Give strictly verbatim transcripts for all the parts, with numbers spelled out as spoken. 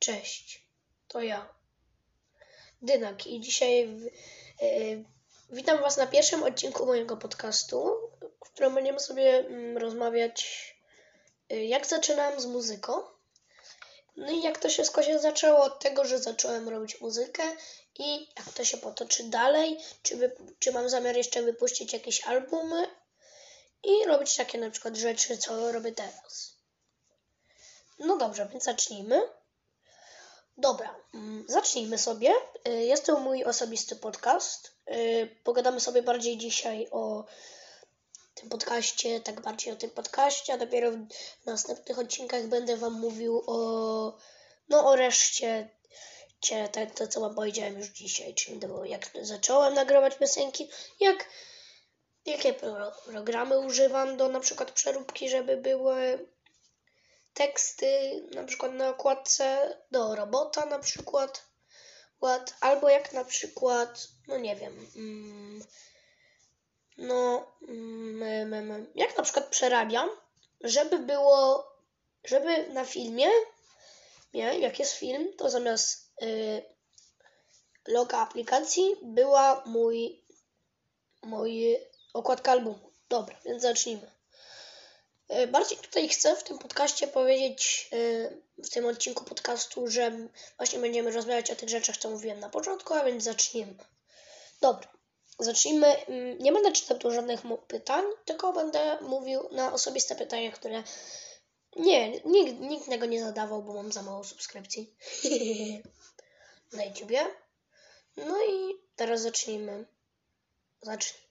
Cześć, to ja, Dynak i dzisiaj w, e, witam Was na pierwszym odcinku mojego podcastu, w którym będziemy sobie mm, rozmawiać, e, jak zaczynałem z muzyką. No i jak to wszystko się zaczęło od tego, że zacząłem robić muzykę i jak to się potoczy dalej, czy, wy, czy mam zamiar jeszcze wypuścić jakieś albumy i robić takie na przykład rzeczy, co robię teraz. No dobrze, więc zacznijmy. Dobra, zacznijmy sobie. Jest to mój osobisty podcast. Pogadamy sobie bardziej dzisiaj o tym podcaście, tak bardziej o tym podcaście, a dopiero w następnych odcinkach będę Wam mówił o, no, o reszcie, to, to co Wam powiedziałem już dzisiaj, czyli jak zacząłem nagrywać piosenki, jak, jakie programy używam do na przykład przeróbki, żeby były teksty na przykład na okładce do robota na przykład, albo jak na przykład, no nie wiem, mm, no mm, jak na przykład przerabiam, żeby było, żeby na filmie, nie, jak jest film, to zamiast y, loga aplikacji była mój, mój okładka albumu. Dobra, więc zacznijmy. Bardziej tutaj chcę w tym podcaście powiedzieć, w tym odcinku podcastu, że właśnie będziemy rozmawiać o tych rzeczach, co mówiłem na początku, a więc zacznijmy. Dobra, zacznijmy. Nie będę czytał tu żadnych pytań, tylko będę mówił na osobiste pytania, które nie, nikt, nikt tego nie zadawał, bo mam za mało subskrypcji na YouTubie. No i teraz zacznijmy. Zacznijmy.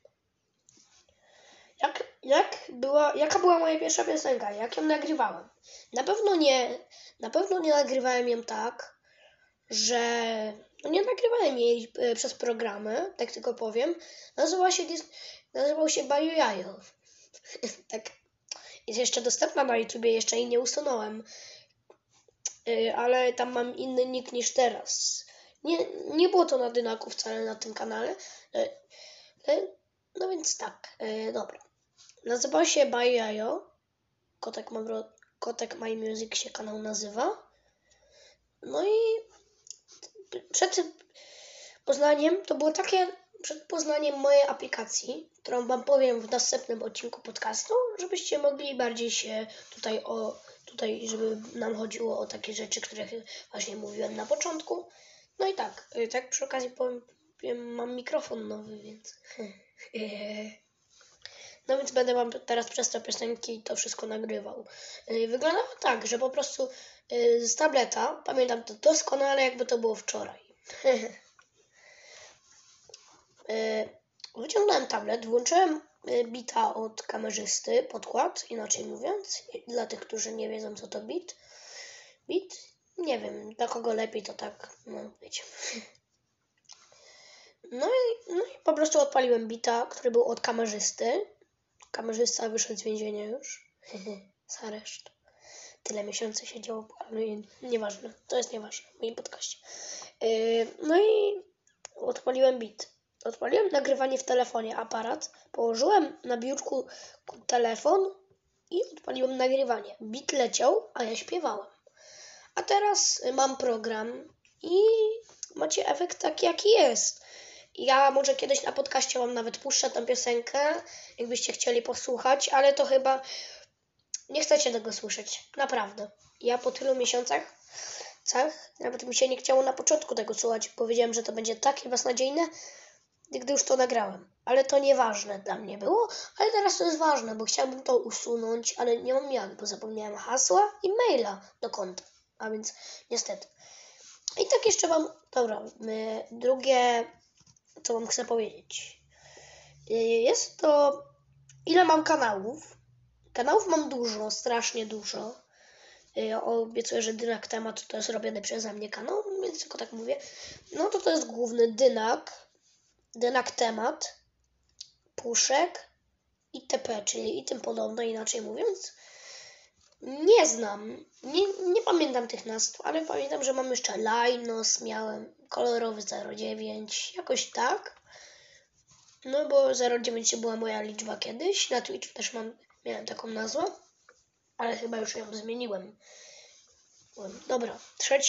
Jak, jak była, jaka była moja pierwsza piosenka? Jak ją nagrywałem? Na pewno nie, na pewno nie nagrywałem ją tak, że no nie nagrywałem jej e, przez programy, tak tylko powiem. Nazywał się, nazywał się Baju Jajo. Tak. Jest jeszcze dostępna na YouTubie, jeszcze jej nie usunąłem. E, ale tam mam inny nick niż teraz. Nie, nie było to na Dynaku wcale na tym kanale. E, e, no więc tak, e, dobra. Nazywa się Baju Jajo. Kotek, Mavro, Kotek My Music się kanał nazywa. No i przed poznaniem, to było takie przed poznaniem mojej aplikacji, którą Wam powiem w następnym odcinku podcastu, żebyście mogli bardziej się tutaj o, tutaj, żeby nam chodziło o takie rzeczy, które właśnie mówiłem na początku. No i tak, tak przy okazji powiem, mam mikrofon nowy, więc no więc będę Wam teraz przez te piosenki to wszystko nagrywał. Wyglądało tak, że po prostu z tableta, pamiętam to doskonale, jakby to było wczoraj. Wyciągnąłem tablet, włączyłem bita od kamerzysty, podkład, inaczej mówiąc, dla tych, którzy nie wiedzą, co to bit. Bit? Nie wiem, dla kogo lepiej to tak, no wiecie. No i, no i po prostu odpaliłem bita, który był od kamerzysty. Kamerzysta wyszedł z więzienia już. Z aresztu. Tyle miesięcy siedział, ale nieważne. To jest nieważne w moim podcaście. Yy, no i odpaliłem beat. Odpaliłem nagrywanie w telefonie, aparat. Położyłem na biurku telefon i odpaliłem nagrywanie. Beat leciał, a ja śpiewałem. A teraz mam program i macie efekt taki, jaki jest. Ja może kiedyś na podcaście Wam nawet puszczę tę piosenkę, jakbyście chcieli posłuchać, ale to chyba nie chcecie tego słyszeć. Naprawdę. Ja po tylu miesiącach, cach, nawet mi się nie chciało na początku tego słuchać. Powiedziałem, że to będzie takie beznadziejne, gdy już to nagrałem. Ale to nieważne dla mnie było, ale teraz to jest ważne, bo chciałbym to usunąć, ale nie mam jak, bo zapomniałem hasła i maila do konta. A więc niestety. I tak jeszcze Wam, dobra, drugie, co Wam chcę powiedzieć. Jest to, ile mam kanałów. Kanałów mam dużo, strasznie dużo. Obiecuję, że Dynak Temat to jest robiony przeze mnie kanał, więc tylko tak mówię. No to to jest główny Dynak, Dynak Temat, Puszek i itp., czyli i tym podobne, inaczej mówiąc. Nie znam, nie, nie pamiętam tych nazw, ale pamiętam, że mam jeszcze Lainos, miałem kolorowy zero dziewięć, jakoś tak. No bo zero dziewięć była moja liczba kiedyś, na Twitch też mam, miałem taką nazwę, ale chyba już ją zmieniłem. Dobra, trzecie,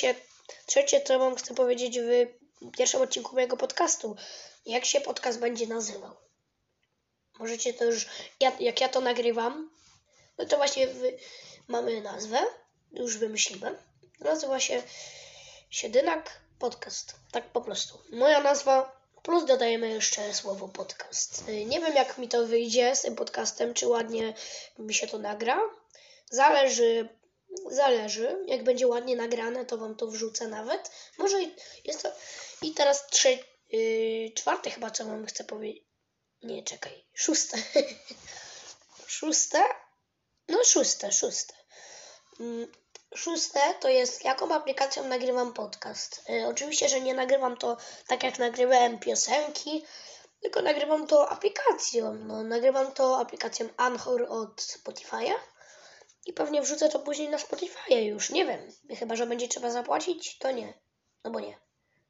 trzecie, co wam chcę powiedzieć w pierwszym odcinku mojego podcastu. Jak się podcast będzie nazywał? Możecie to już, ja, jak ja to nagrywam, no to właśnie wy, mamy nazwę, już wymyśliłem. Nazywa się Siedynak Podcast. Tak po prostu. Moja nazwa, plus dodajemy jeszcze słowo podcast. Nie wiem, jak mi to wyjdzie z tym podcastem, czy ładnie mi się to nagra. Zależy, zależy. Jak będzie ładnie nagrane, to wam to wrzucę nawet. Może jest to... I teraz trze... Yy, czwarte chyba, co wam chcę powiedzieć. Nie, czekaj. Szóste. Szóste? No szóste, szóste. Szóste to jest, jaką aplikacją nagrywam podcast. Yy, oczywiście, że nie nagrywam to tak, jak nagrywałem piosenki, tylko nagrywam to aplikacją. No, nagrywam to aplikacją Anchor od Spotify'a i pewnie wrzucę to później na Spotify'a już. Nie wiem. Chyba że będzie trzeba zapłacić, to nie. No bo nie.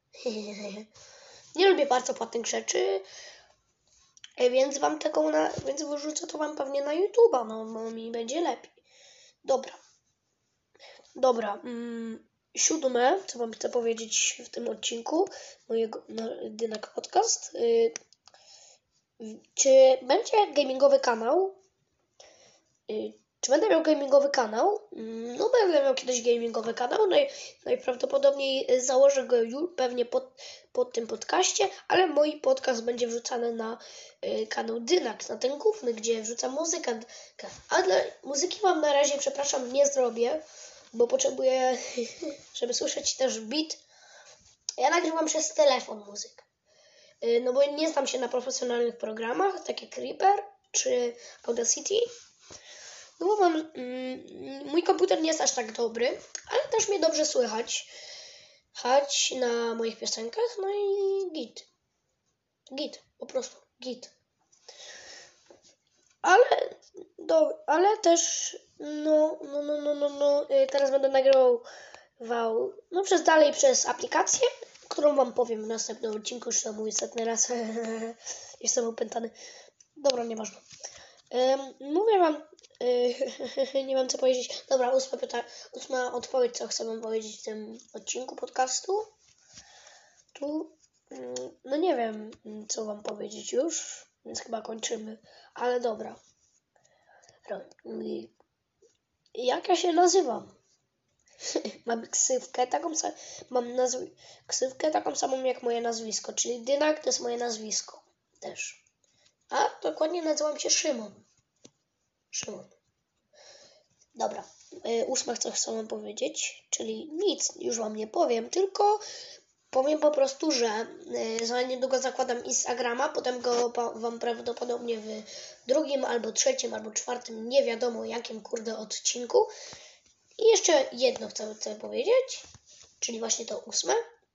Nie lubię bardzo płatnych rzeczy, więc wam tego na, więc wyrzucę to wam pewnie na YouTube'a, no bo mi będzie lepiej. Dobra. Dobra. Mm, siódme, co wam chcę powiedzieć w tym odcinku mojego Dynak Podcast. Yy, czy będzie gamingowy kanał? Yy, czy będę miał gamingowy kanał? No będę miał kiedyś gamingowy kanał. Naj, najprawdopodobniej założę go już pewnie pod, pod tym podcaście, ale mój podcast będzie wrzucany na y, kanał Dynak, na ten główny, gdzie wrzucam muzykę. A dla muzyki wam na razie, przepraszam, nie zrobię, bo potrzebuję, żeby słyszeć też beat. Ja nagrywam przez telefon muzykę. Y, no bo nie znam się na profesjonalnych programach, tak jak Reaper czy Audacity. No bo mam, mm, mój komputer nie jest aż tak dobry, ale też mnie dobrze słychać. Chać na moich piosenkach, no i git. Git, po prostu, git. Ale, do, ale też, no, no, no, no, no, no, teraz będę nagrywał no przez dalej przez aplikację, którą wam powiem w następnym odcinku, już to mówię setny raz. Jestem opętany. Dobra, nieważne. Um, mówię wam, yy, nie wiem co powiedzieć. Dobra, ósma, pyta- ósma odpowiedź, co chcę wam powiedzieć w tym odcinku podcastu. Tu, yy, no nie wiem, co wam powiedzieć już, więc chyba kończymy. Ale dobra. Yy, jak ja się nazywam? Mam ksywkę taką samą, mam nazw- ksywkę taką samą jak moje nazwisko, czyli Dynak to jest moje nazwisko też. A dokładnie nazywam się Szymon. Szymon. Dobra, yy, ósma co chcę wam powiedzieć, czyli nic już wam nie powiem, tylko powiem po prostu, że yy, za niedługo zakładam Instagrama, potem go pa- wam prawdopodobnie w drugim, albo trzecim, albo czwartym, nie wiadomo jakim kurde odcinku. I jeszcze jedno chcę, chcę powiedzieć, czyli właśnie to ósme,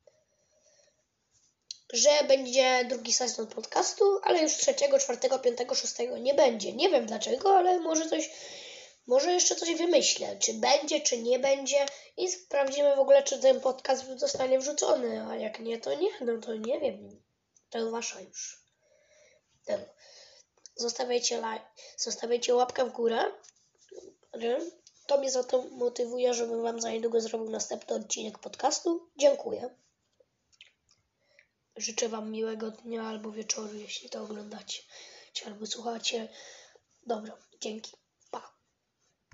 że będzie drugi sezon podcastu, ale już trzeciego, czwartego, piątego, szóstego nie będzie. Nie wiem dlaczego, ale może coś, może jeszcze coś wymyślę, czy będzie, czy nie będzie i sprawdzimy w ogóle, czy ten podcast zostanie wrzucony, a jak nie, to nie, no to nie wiem, to wasza już. Zostawiajcie, like, zostawiajcie łapkę w górę, to mnie za to motywuje, żebym wam za niedługo zrobił następny odcinek podcastu. Dziękuję. Życzę wam miłego dnia albo wieczoru, jeśli to oglądacie, albo słuchacie. Dobra, dzięki.